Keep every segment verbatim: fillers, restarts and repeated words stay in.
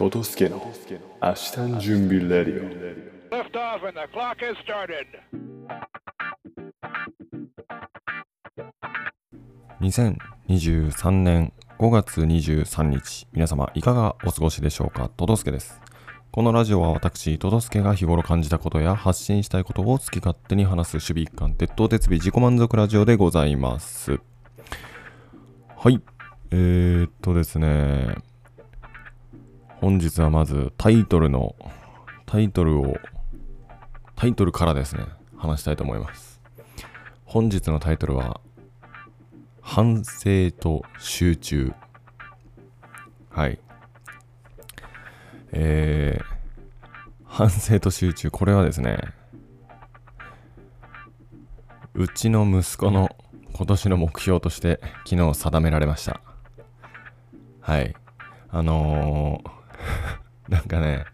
トトスケの明日の準備レディオ。 Lift off and the clock has started. にせんにじゅうさんねんごがつにじゅうさんにち、皆様いかがお過ごしでしょうか。トトスケです。このラジオは私トトスケが日頃感じたことや発信したいことを好き勝手に話す守備一貫鉄頭鉄尾自己満足ラジオでございます。はい、えーっとですね本日はまずタイトルのタイトルをタイトルからですね話したいと思います。本日のタイトルは反省と集中。はい。えー、反省と集中。これはですね、うちの息子の今年の目標として昨日定められました。はい。あのー、なんかね、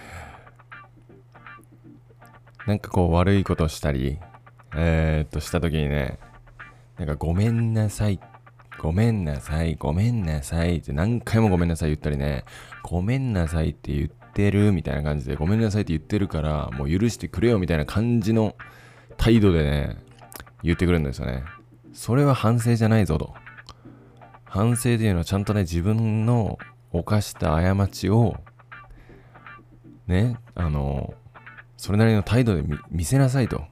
なんかこう悪いことしたり、えーっとしたときにね、なんかごめんなさい、ごめんなさい、ごめんなさいって何回もごめんなさい言ったりね、ごめんなさいって言ってるみたいな感じで、ごめんなさいって言ってるからもう許してくれよみたいな感じの態度でね、言ってくるんですよね。それは反省じゃないぞと。反省というのはちゃんとね、自分の犯した過ちをね、あの、それなりの態度で 見, 見せなさいと。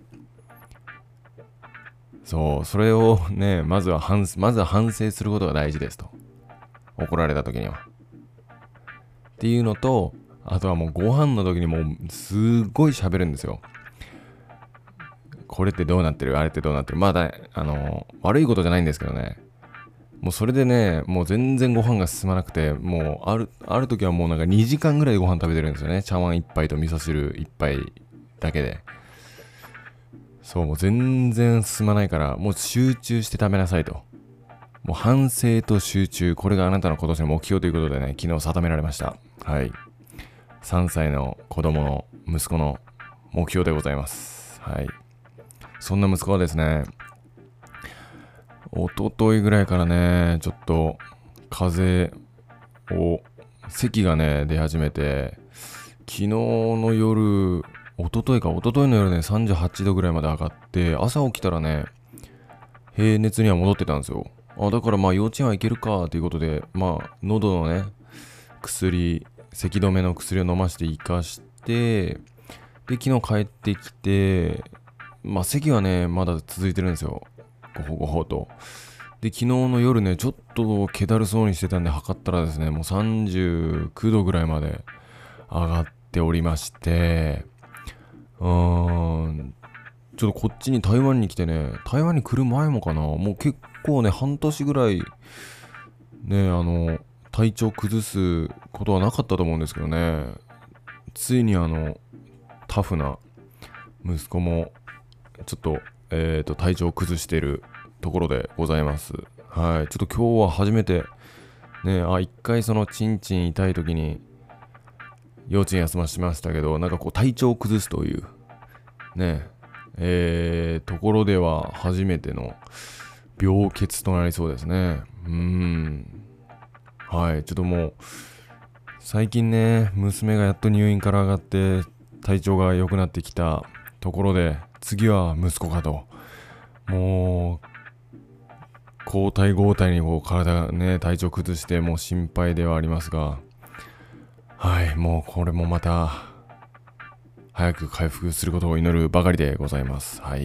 そう、それをね、まずは反、まずは反省することが大事ですと。怒られた時には。っていうのと、あとはもうご飯の時にもうすっごい喋るんですよ。これってどうなってる？あれってどうなってる？まだ、あの、悪いことじゃないんですけどね。もうそれでね、もう全然ご飯が進まなくて、もうある、ある時はもうなんかにじかんぐらいご飯食べてるんですよね。茶碗一杯と味噌汁一杯だけで。そう、もう全然進まないから、もう集中して食べなさいと。もう反省と集中、これがあなたの今年の目標ということでね、昨日定められました。はい。さんさいの子供の息子の目標でございます。はい。そんな息子はですね、一昨日ぐらいからね、ちょっと風邪を、咳がね、出始めて、昨日の夜、一昨日か、一昨日の夜ね、さんじゅうはちどぐらいまで上がって、朝起きたらね、平熱には戻ってたんですよ。あ、だからまあ幼稚園は行けるかということで、まあ喉のね、薬、咳止めの薬を飲ませて生かして、で、昨日帰ってきて、まあ咳はね、まだ続いてるんですよ。ごほごほと。で、昨日の夜ね、ちょっと気だるそうにしてたんで測ったらですね、もうさんじゅうきゅうどぐらいまで上がっておりまして、うーん、ちょっとこっちに台湾に来てね、台湾に来る前もかな、もう結構ね、半年ぐらい、ね、あの、体調崩すことはなかったと思うんですけどね、ついにあの、タフな息子も、ちょっと、えっと、体調を崩しているところでございます。はい。ちょっと今日は初めて、ね、あ、一回そのチンチン痛い時に、幼稚園休ませましたけど、なんかこう体調を崩すという、ね、えー、ところでは初めての病欠となりそうですね。うーん。はい。ちょっともう、最近ね、娘がやっと入院から上がって、体調が良くなってきたところで、次は息子かと。もう、交代交代にこう体がね、体調崩して、もう心配ではありますが、はい、もうこれもまた、早く回復することを祈るばかりでございます。はい。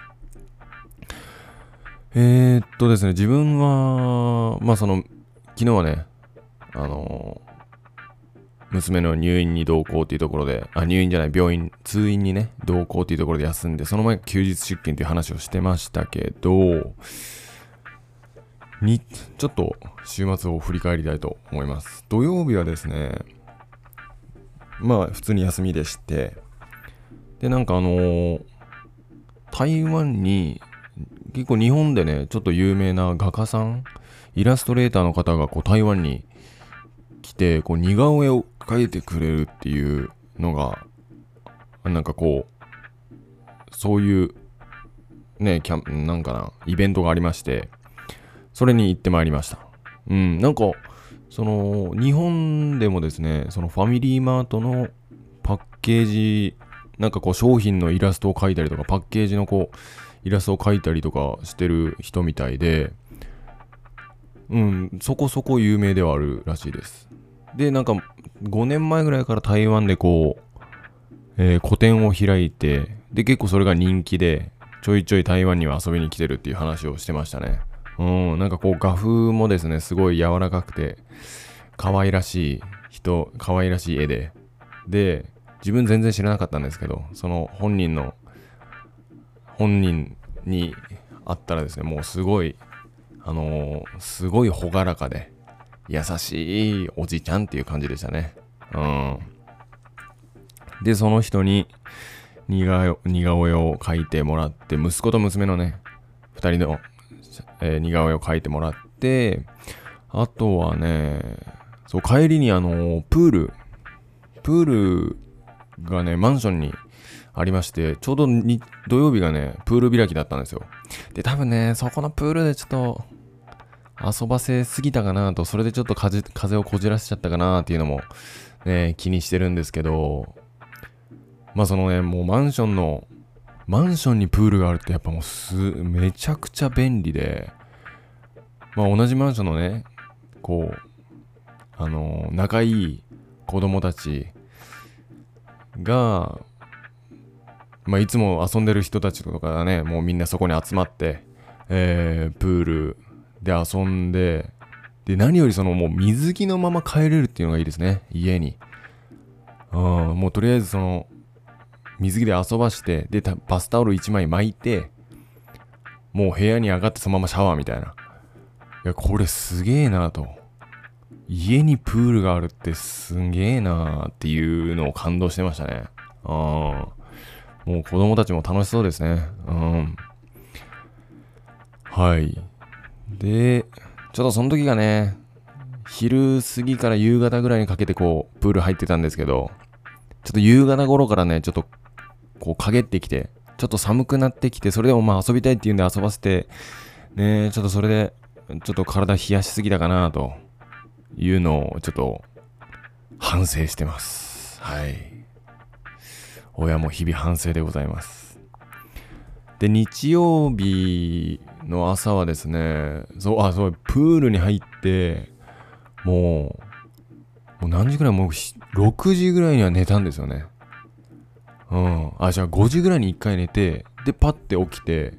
えー、っとですね、自分は、まあその、昨日はね、あのー、娘の入院に同行っていうところで、あ、入院じゃない、病院、通院にね、同行っていうところで休んで、その前休日出勤っていう話をしてましたけど、に、ちょっと週末を振り返りたいと思います。土曜日はですね、まあ普通に休みでして、で、なんかあのー、台湾に、結構日本でね、ちょっと有名な画家さん、イラストレーターの方がこう台湾に来て、こう似顔絵を描いてくれるっていうのが、なんかこう、そういう、ね、キャン、なんかな、イベントがありまして、それに行ってまいりました。うん、なんか、 その日本でもですね、そのファミリーマートのパッケージ、なんかこう商品のイラストを描いたりとか、パッケージのこうイラストを描いたりとかしてる人みたいで、うん、そこそこ有名ではあるらしいです。で、なんかごねんまえぐらいから台湾でこう、えー、個展を開いて、で結構それが人気で、ちょいちょい台湾には遊びに来てるっていう話をしてましたね。うん、なんかこう画風もですね、すごい柔らかくて可愛らしい人、可愛らしい絵で、で自分全然知らなかったんですけど、その本人の本人に会ったらですね、もうすごいあのー、すごい朗らかで優しいおじちゃんっていう感じでしたね。うん。でその人に似顔似顔絵を描いてもらって、息子と娘のねふたりの、えー、似顔絵を描いてもらって、あとはね、そう帰りにあのー、プールプールがねマンションにありまして、ちょうどに土曜日がねプール開きだったんですよ。で多分ねそこのプールでちょっと遊ばせすぎたかなと、それでちょっと風風をこじらせちゃったかなっていうのもね気にしてるんですけど、まあそのね、もうマンションのマンションにプールがあるってやっぱもうすめちゃくちゃ便利で、まあ同じマンションのねこうあのー、仲いい子供たちが、まあいつも遊んでる人たちとかがね、もうみんなそこに集まって、えー、プールで遊んで、で何よりそのもう水着のまま帰れるっていうのがいいですね、家に。うん、もうとりあえずその水着で遊ばして、でバスタオルいちまい巻いて、もう部屋に上がってそのままシャワーみたいな。いやこれすげえなと、家にプールがあるってすげえなっていうのを感動してましたね。うん、もう子供たちも楽しそうですね。うん、はい。でちょっとその時がね、昼過ぎから夕方ぐらいにかけてこうプール入ってたんですけど、ちょっと夕方頃からねちょっとこう陰ってきて、ちょっと寒くなってきて、それでもまあ遊びたいっていうんで遊ばせてね、ちょっとそれでちょっと体冷やしすぎたかなというのをちょっと反省してます。はい。親も日々反省でございます。で日曜日の朝はですね、そうあそうプールに入ってもうもう何時ぐらい、もうろくじぐらいには寝たんですよね。うん。あ、じゃあごじぐらいにいっかい寝て、でパッて起きて、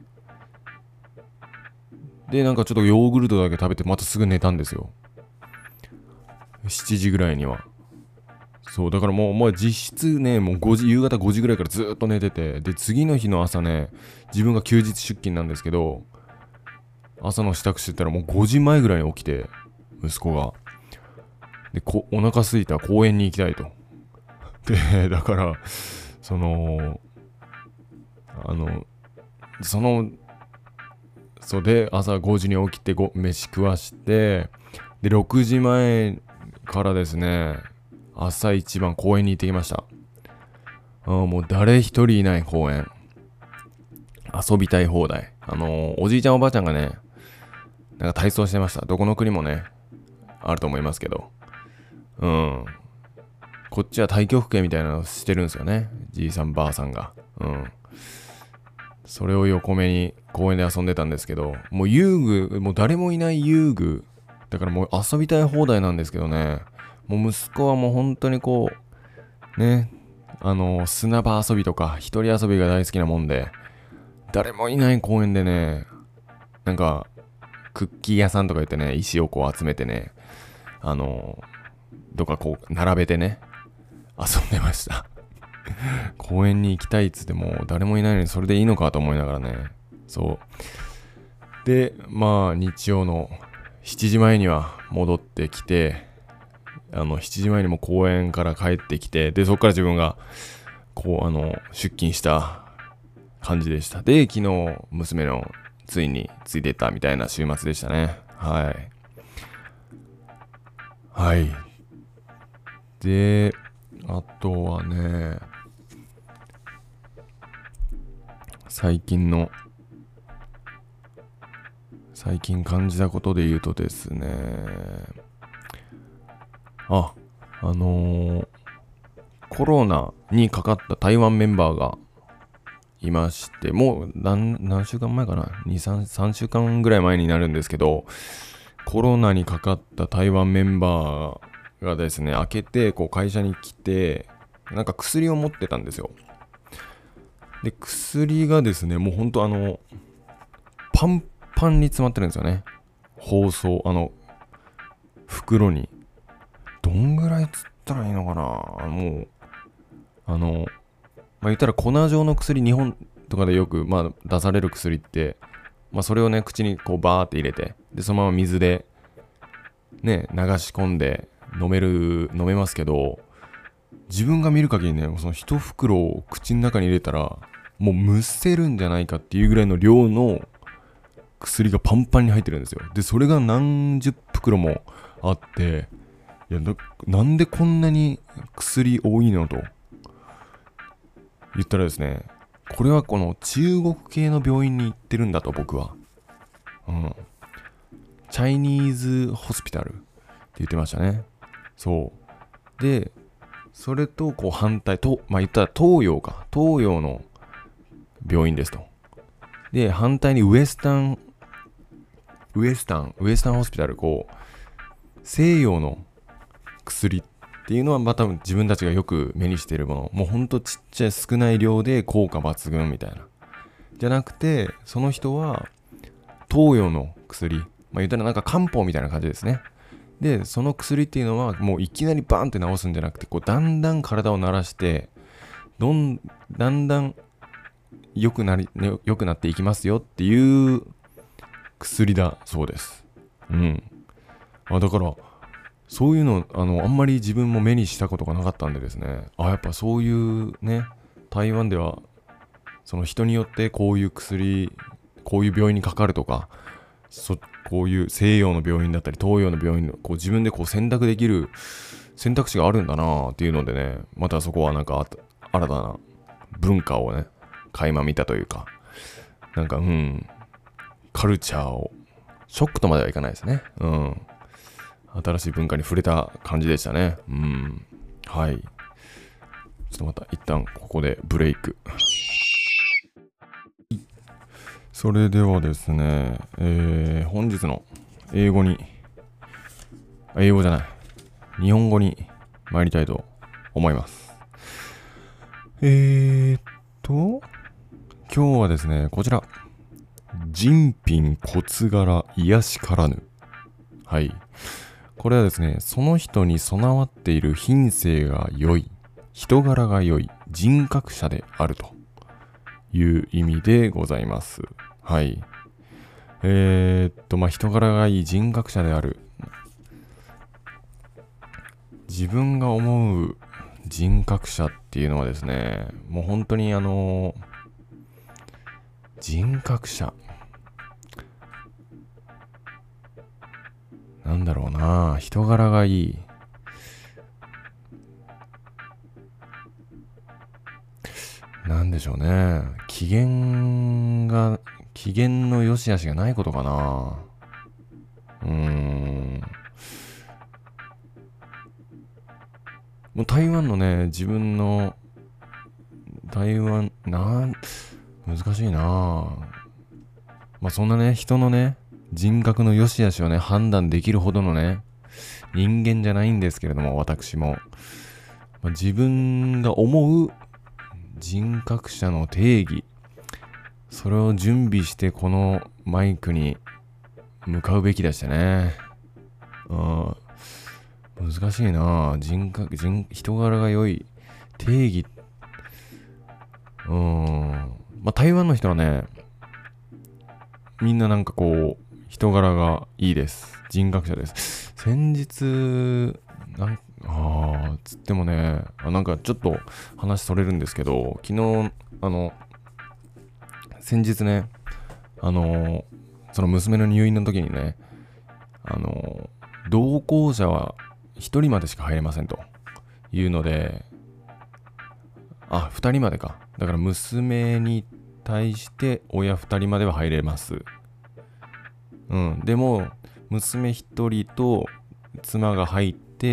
でなんかちょっとヨーグルトだけ食べてまたすぐ寝たんですよ。しちじぐらいには。そうだからもうもう実質ね、もうごじ、夕方ごじぐらいからずっと寝てて、で次の日の朝ね、自分が休日出勤なんですけど、朝の支度してたらもうごじまえぐらいに起きて、息子がでこお腹空いたら公園に行きたいと。でだからそのあのそのそうで朝ごじに起きてご飯食わして、でろくじまえからですね、朝一番公園に行ってきました。あもう誰一人いない公園、遊びたい放題。あのー、おじいちゃんおばあちゃんがねなんか体操してました。どこの国もねあると思いますけど、うん、こっちは太極拳みたいなのしてるんですよね、じいさんばあさんが。うん、それを横目に公園で遊んでたんですけど、もう遊具、もう誰もいない遊具だからもう遊びたい放題なんですけどね、もう息子はもう本当にこうね、あの砂場遊びとか一人遊びが大好きなもんで、誰もいない公園でね、なんかクッキー屋さんとか言ってね、石をこう集めてね、あのどっかこう並べてね遊んでました公園に行きたいっつっても誰もいないのにそれでいいのかと思いながらね。そうでまあ日曜のしちじまえには戻ってきて、あのしちじまえにも公園から帰ってきて、でそっから自分がこうあの出勤した感じでした。で昨日娘のついについてったみたいな週末でしたね。はいはいであとはね、最近の最近感じたことで言うとですね、 あ、あのー、コロナにかかった台湾メンバーがいまして、もう何、何週間前かな ?に、3、さんしゅうかんぐらい前になるんですけど、コロナにかかった台湾メンバーがですね、開けて、こう会社に来て、なんか薬を持ってたんですよ。で、薬がですね、もうほんとあの、パンパンに詰まってるんですよね。包装、あの、袋に。どんぐらいつったらいいのかな、もう、あの、まあ、言ったら粉状の薬、日本とかでよく、まあ、出される薬って、まあ、それをね、口にこうバーって入れて、で、そのまま水で、ね、流し込んで飲める、飲めますけど、自分が見る限りね、その一袋を口の中に入れたら、もうむせるんじゃないかっていうぐらいの量の薬がパンパンに入ってるんですよ。で、それが何十袋もあって、いや、な、なんでこんなに薬多いのと言ったらですね、これはこの中国系の病院に行ってるんだと、僕は。うん。チャイニーズホスピタルって言ってましたね。そう。で、それとこう反対、と、まあ言ったら東洋か。東洋の病院ですと。で、反対にウエスタン、ウエスタン、ウエスタンホスピタル、こう、西洋の薬っていうのはまた自分たちがよく目にしているもの、もうほんとちっちゃい少ない量で効果抜群みたいな。じゃなくて、その人は東洋の薬、まあ言ったらなんか漢方みたいな感じですね。で、その薬っていうのはもういきなりバーンって治すんじゃなくて、こうだんだん体を慣らして、どん、だんだん良くなり、ね、良くなっていきますよっていう薬だそうです。うん。あ、だから、そういうの、あの、あんまり自分も目にしたことがなかったんでですね。あ、やっぱそういうね、台湾では、その人によってこういう薬、こういう病院にかかるとか、そこういう西洋の病院だったり、東洋の病院の、こう自分でこう選択できる選択肢があるんだなっていうのでね、またそこはなんか新たな文化をね、垣間見たというか、なんか、うん、カルチャーを、ショックとまではいかないですね。うん。新しい文化に触れた感じでしたね。うん。はい。ちょっとまた一旦ここでブレイク。それではですね、えー、本日の英語に、英語じゃない、日本語に参りたいと思います。えーっと、今日はですね、こちら。人品骨柄癒しからぬ。はい。これはですね、その人に備わっている品性が良い、人柄が良い、人格者であるという意味でございます。はい。えー、っと、まあ、人柄がいい、人格者である。自分が思う人格者っていうのはですね、もう本当にあの、人格者。なんだろうな、人柄がいい。なんでしょうね。機嫌が、機嫌の良し悪しがないことかな。うーん。もう台湾のね、自分の、台湾、なん、難しいな。まあそんなね、人のね、人格の良し悪しをね、判断できるほどのね、人間じゃないんですけれども、私も。まあ、自分が思う人格者の定義、それを準備してこのマイクに向かうべきでしたね。うん、難しいな。人格、人、人柄が良い定義。うん。まあ台湾の人はね、みんななんかこう、人柄がいいです。人格者です。先日、なんあーつってもね、あなんかちょっと話それるんですけど、昨日、あの、先日ね、あの、その娘の入院の時にね、あの、同行者は一人までしか入れませんというので、あ、二人までか。だから娘に対して親二人までは入れます。うん。でも、娘一人と妻が入って、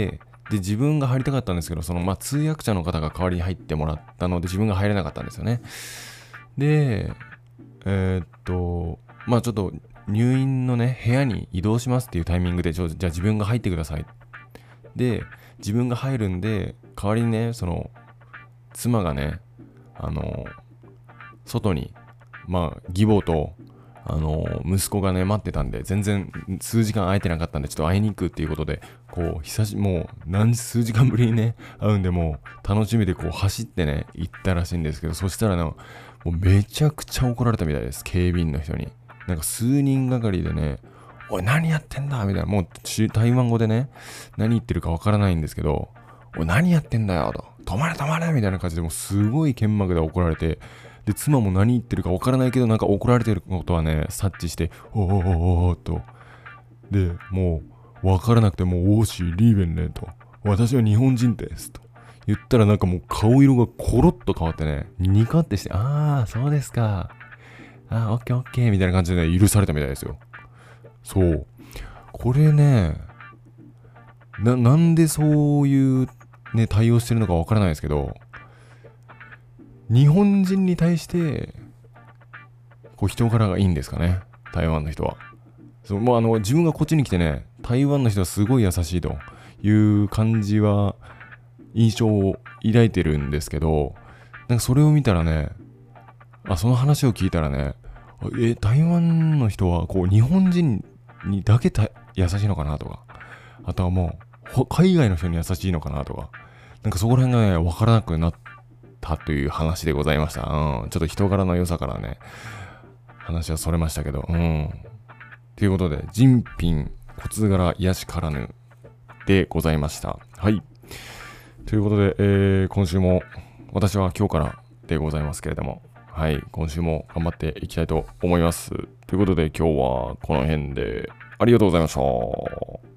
で、自分が入りたかったんですけど、その、まあ、通訳者の方が代わりに入ってもらったので、自分が入れなかったんですよね。で、えー、っと、まあちょっと入院のね、部屋に移動しますっていうタイミングで、じゃあ自分が入ってください。で、自分が入るんで、代わりにね、その、妻がね、あの、外に、まあ、義母と、あの、息子がね、待ってたんで、全然数時間会えてなかったんで、ちょっと会いに行くっていうことで、こう、久し、もう何、数時間ぶりにね、会うんで、もう、楽しみでこう、走ってね、行ったらしいんですけど、そしたらね、もうめちゃくちゃ怒られたみたいです、警備員の人に。なんか数人がかりでね、おい、何やってんだみたいな、もう台湾語でね、何言ってるかわからないんですけど、おい、何やってんだよと、止まれ止まれみたいな感じで、もうすごい剣幕で怒られて、で、妻も何言ってるかわからないけど、なんか怒られてることはね、察知して、おーおーおーと。で、もう、わからなくて、もう、オーシー、リーベンレンと、私は日本人ですと。言ったらなんかもう顔色がコロッと変わってね、ニカってして、ああ、そうですか。ああ、オッケーオッケーみたいな感じでね、許されたみたいですよ。そう。これね、な、なんでそういうね、対応してるのかわからないですけど、日本人に対して、こう人柄がいいんですかね、台湾の人は。そう、もうあの、自分がこっちに来てね、台湾の人はすごい優しいという感じは、印象を抱いてるんですけど、なんかそれを見たらね、あ、その話を聞いたらね、え、台湾の人はこう日本人にだけた優しいのかなとか、あとはもう海外の人に優しいのかなとか、なんかそこら辺がね、わからなくなったという話でございました。うん、ちょっと人柄の良さからね、話はそれましたけど、うん。ということで、人品、骨柄、癒しからぬでございました。はい。ということで、えー、今週も私は今日からでございますけれども、はい、今週も頑張っていきたいと思います。ということで今日はこの辺でありがとうございました。